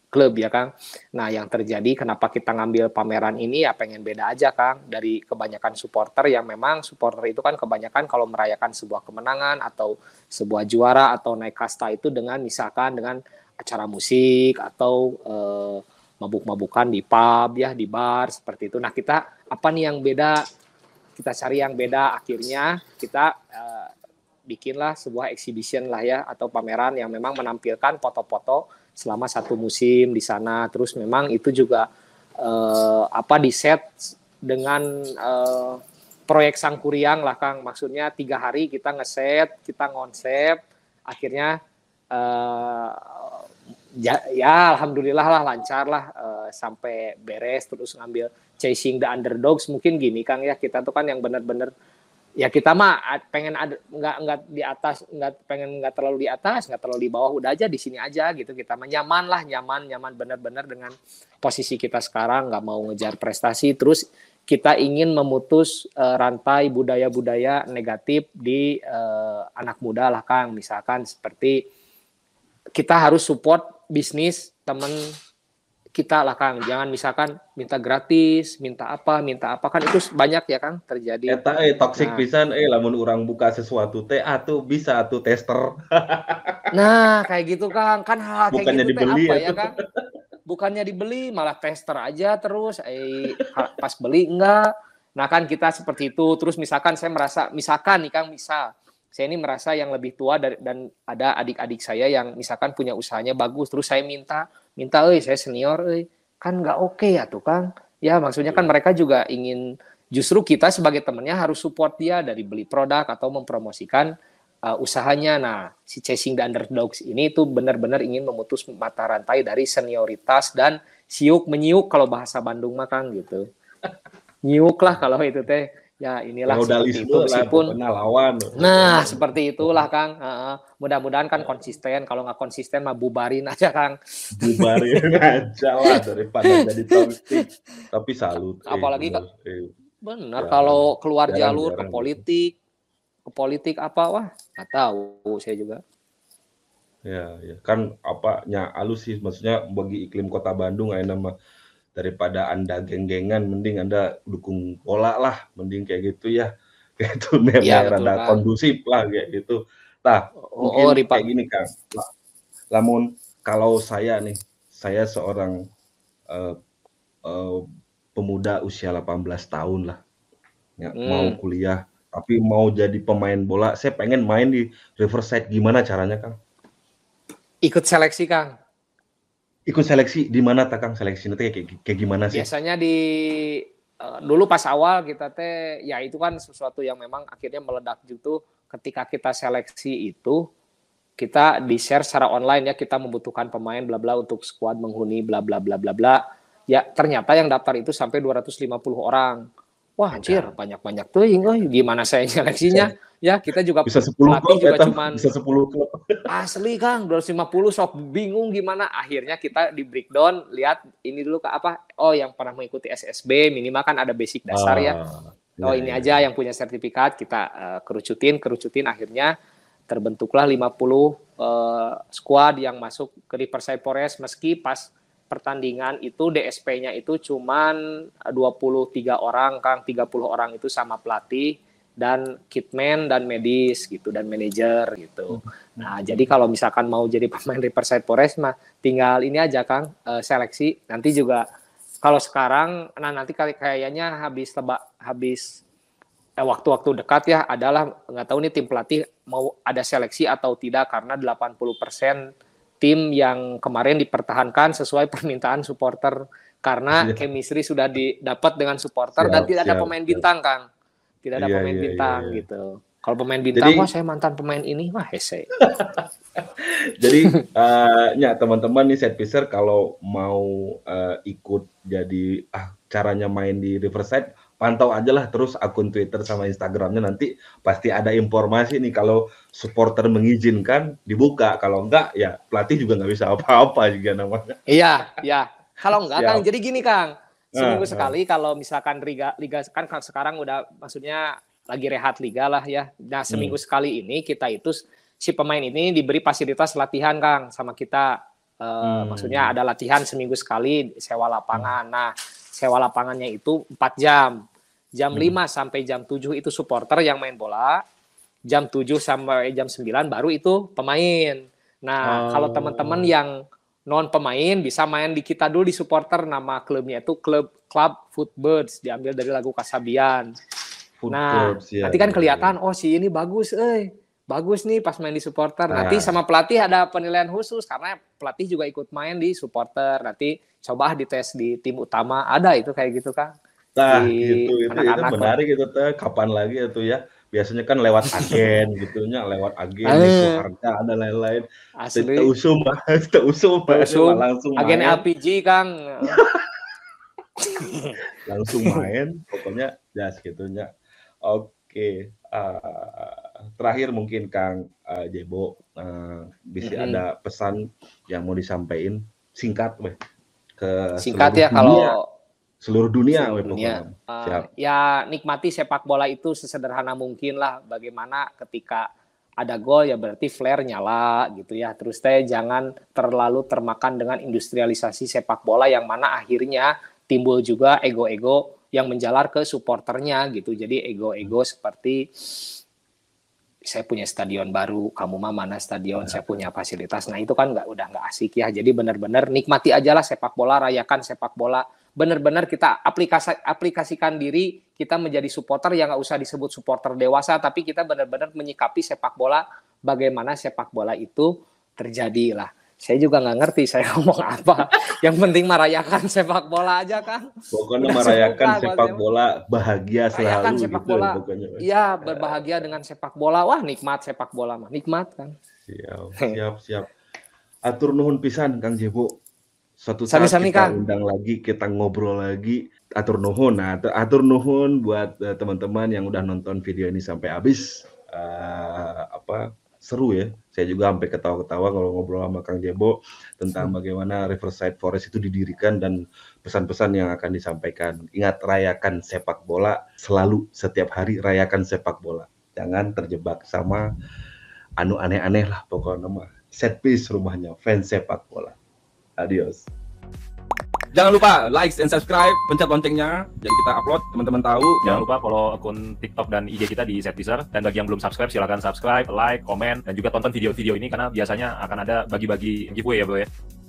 klub ya Kang. Nah yang terjadi kenapa kita ngambil pameran ini ya pengen beda aja Kang dari kebanyakan supporter yang memang supporter itu kan kebanyakan kalau merayakan sebuah kemenangan atau sebuah juara atau naik kasta itu dengan misalkan dengan acara musik atau eh, mabuk-mabukan di pub ya di bar seperti itu. Nah kita apa nih yang beda? Kita cari yang beda akhirnya kita eh, bikinlah sebuah exhibition lah ya atau pameran yang memang menampilkan foto-foto selama satu musim di sana. Terus memang itu juga eh, apa di set dengan eh, proyek Sangkuriang lah Kang. Maksudnya tiga hari kita ngeset, kita ngonsep, akhirnya eh, ya, ya alhamdulillah lah lancar lah eh, sampai beres terus ngambil chasing the underdogs. Mungkin gini Kang ya, kita tuh kan yang benar-benar ya kita mah pengen ada nggak nggak di atas nggak pengen nggak terlalu di atas nggak terlalu di bawah, udah aja di sini aja gitu, kita mah nyaman lah nyaman nyaman benar-benar dengan posisi kita sekarang, nggak mau ngejar prestasi, terus kita ingin memutus uh, rantai budaya-budaya negatif di uh, anak muda lah Kang. Misalkan seperti kita harus support bisnis temen kita lah Kang, jangan misalkan minta gratis, minta apa, minta apa, kan itu banyak ya Kang terjadi. Eta eh toxic nah, pisan eh lamun orang buka sesuatu teh atuh bisa atuh tester. Nah, kayak gitu Kang, kan hal kayak bukannya gitu dibeli apa ya, ya Kang? Bukannya dibeli malah tester aja terus, eh pas beli enggak. Nah kan kita seperti itu, terus misalkan saya merasa, misalkan nih Kang, misal saya ini merasa yang lebih tua dari, dan ada adik-adik saya yang misalkan punya usahanya bagus, terus saya minta, minta, eh saya senior, eh kan nggak oke okay ya tuh Kang. Ya maksudnya kan mereka juga ingin, justru kita sebagai temannya harus support dia dari beli produk atau mempromosikan uh, usahanya. Nah si Chasing the Underdogs ini tuh benar-benar ingin memutus mata rantai dari senioritas dan siuk menyiuk kalau bahasa Bandung mah Kang gitu. Nyiuk lah kalau itu teh. Ya inilah seperti itu meskipun lawan. Nah seperti itulah Kang. Uh, mudah-mudahan kan konsisten. Kalau nggak konsisten mah bubarin aja Kang. Bubarin aja lah daripada jadi toxic. Tapi salut. Apalagi eh, eh. benar ya, kalau keluar jarang, jalur jarang, ke politik, gitu. ke politik apa wah nggak tahu saya juga. Ya, ya kan apanya alus sih maksudnya bagi iklim Kota Bandung ayeuna mah daripada Anda geng-gengan, mending Anda dukung bola lah, mending kayak gitu ya. Kayak itu memang ya, rada kan. Kondusif lah kayak gitu. Nah, oh, mungkin oh, kayak gini Kang. Namun kalau saya nih, saya seorang uh, uh, pemuda usia delapan belas tahun lah. Ya, hmm. mau kuliah, tapi mau jadi pemain bola, saya pengen main di Riverside. Gimana caranya, Kang? Ikut seleksi, Kang. Ikut seleksi di mana tak Kang, seleksi nanti kayak, kayak gimana sih? Biasanya di uh, dulu pas awal kita teh ya itu kan sesuatu yang memang akhirnya meledak gitu ketika kita seleksi itu kita di share secara online ya, kita membutuhkan pemain bla bla untuk skuad menghuni bla bla bla bla bla. Ya ternyata yang daftar itu sampai dua ratus lima puluh orang. Wah anjir banyak-banyak tuh, gimana saya seleksinya? Ya kita juga bisa sepuluh pelatih klub, juga ya, cuman bisa sepuluh klub. Asli Kang, dua ratus lima puluh sok bingung gimana. Akhirnya kita di breakdown, lihat ini dulu ke apa? Oh, yang pernah mengikuti S S B minimal kan ada basic dasar ah, ya. Oh, ya, ini ya. aja yang punya sertifikat kita uh, kerucutin, kerucutin akhirnya terbentuklah lima puluh uh, squad yang masuk ke Riverside Forest, meski pas pertandingan itu D S P-nya itu cuman dua puluh tiga orang Kang, tiga puluh orang itu sama pelatih dan kitman dan medis gitu dan manajer gitu. Nah, jadi kalau misalkan mau jadi pemain Riverside Forest mah tinggal ini aja Kang, uh, seleksi. Nanti juga kalau sekarang nah nanti kali kayaknya habis tebak habis eh, waktu-waktu dekat ya adalah nggak tahu nih tim pelatih mau ada seleksi atau tidak karena delapan puluh persen tim yang kemarin dipertahankan sesuai permintaan supporter karena chemistry sudah didapat dengan supporter siap, dan tidak siap, ada pemain siap. bintang Kang. Tidak ada iya, pemain iya, bintang iya, iya. gitu. Kalau pemain bintang, jadi, wah saya mantan pemain ini, wah hese. Jadi, uh, ya teman-teman nih set piece kalau mau uh, ikut jadi ah caranya main di Riverside, pantau aja lah terus akun Twitter sama Instagramnya, nanti pasti ada informasi nih kalau supporter mengizinkan dibuka, kalau enggak ya pelatih juga nggak bisa apa-apa juga namanya. Iya, iya. Kalau enggak Kang, jadi gini Kang. Seminggu uh, sekali uh. kalau misalkan liga liga kan sekarang udah maksudnya lagi rehat liga lah ya. Nah seminggu hmm. sekali ini kita itu si pemain ini diberi fasilitas latihan Kang sama kita Uh, hmm. Maksudnya ada latihan seminggu sekali, sewa lapangan. Hmm. Nah, sewa lapangannya itu empat jam. Jam hmm. lima sampai jam tujuh itu supporter yang main bola. Jam tujuh sampai jam sembilan baru itu pemain. Nah, oh. kalau teman-teman yang non pemain bisa main di kita dulu di supporter. Nama klubnya itu klub Club Footbirds, diambil dari lagu Kasabian. Food nah, birds, ya, nanti kan kelihatan, ya. oh si ini bagus, eh bagus nih pas main di supporter. Nah. Nanti sama pelatih ada penilaian khusus karena pelatih juga ikut main di supporter. Nanti coba dites di tim utama, ada itu kayak gitu kan? Nah, gitu itu itu menarik itu teh. Kapan lagi itu ya? Biasanya kan lewat agen gitunya, lewat agen itu harga ada lain-lain. Asli. Teusum, teusum, teusum langsung agen main. L P G Kang. Langsung main, pokoknya jas gitunya. Oke, uh, terakhir mungkin Kang uh, Jebo uh, bisa mm-hmm. ada pesan yang mau disampaikan singkat, weh, ke singkat seluruh ya dunia, kalau seluruh dunia, seluruh weh, dunia. Uh, ya nikmati sepak bola itu sesederhana mungkin lah. Bagaimana ketika ada gol ya berarti flare nyala gitu ya. Terus teh jangan terlalu termakan dengan industrialisasi sepak bola yang mana akhirnya timbul juga ego-ego yang menjalar ke supporternya gitu. Jadi ego-ego seperti saya punya stadion baru, kamu mah mana stadion, saya punya fasilitas. Nah itu kan nggak udah nggak asik ya. Jadi benar-benar nikmati aja lah sepak bola, rayakan sepak bola. Benar-benar kita aplikasi, aplikasikan diri kita menjadi supporter yang nggak usah disebut supporter dewasa, tapi kita benar-benar menyikapi sepak bola bagaimana sepak bola itu terjadi lah. Saya juga nggak ngerti saya ngomong apa. Yang penting merayakan sepak bola aja kan. Pokoknya merayakan sepak bola bahagia selalu. Merayakan sepak gitu, bola. Iya, berbahagia dengan sepak bola. Wah nikmat sepak bola mah. Nikmat kan. Siap, siap, siap. Atur nuhun pisan Kang Jebo. Suatu saat Sami-sami, kita Kang. undang lagi, kita ngobrol lagi. Atur nuhun. Nah, atur nuhun buat uh, teman-teman yang udah nonton video ini sampai habis. Uh, apa seru ya. Saya juga sampai ketawa-ketawa kalau ngobrol sama Kang Jebo tentang bagaimana Riverside Forest itu didirikan dan pesan-pesan yang akan disampaikan. Ingat, rayakan sepak bola selalu, setiap hari rayakan sepak bola. Jangan terjebak sama anu aneh-aneh lah pokoknya mah. Set piece rumahnya fans sepak bola. Adios. Jangan lupa like and subscribe, pencet loncengnya, jadi kita upload, teman-teman tahu. Jangan lupa follow akun TikTok dan I G kita di Setpiece. Dan bagi yang belum subscribe, silakan subscribe, like, komen, dan juga tonton video-video ini karena biasanya akan ada bagi-bagi giveaway ya bro ya.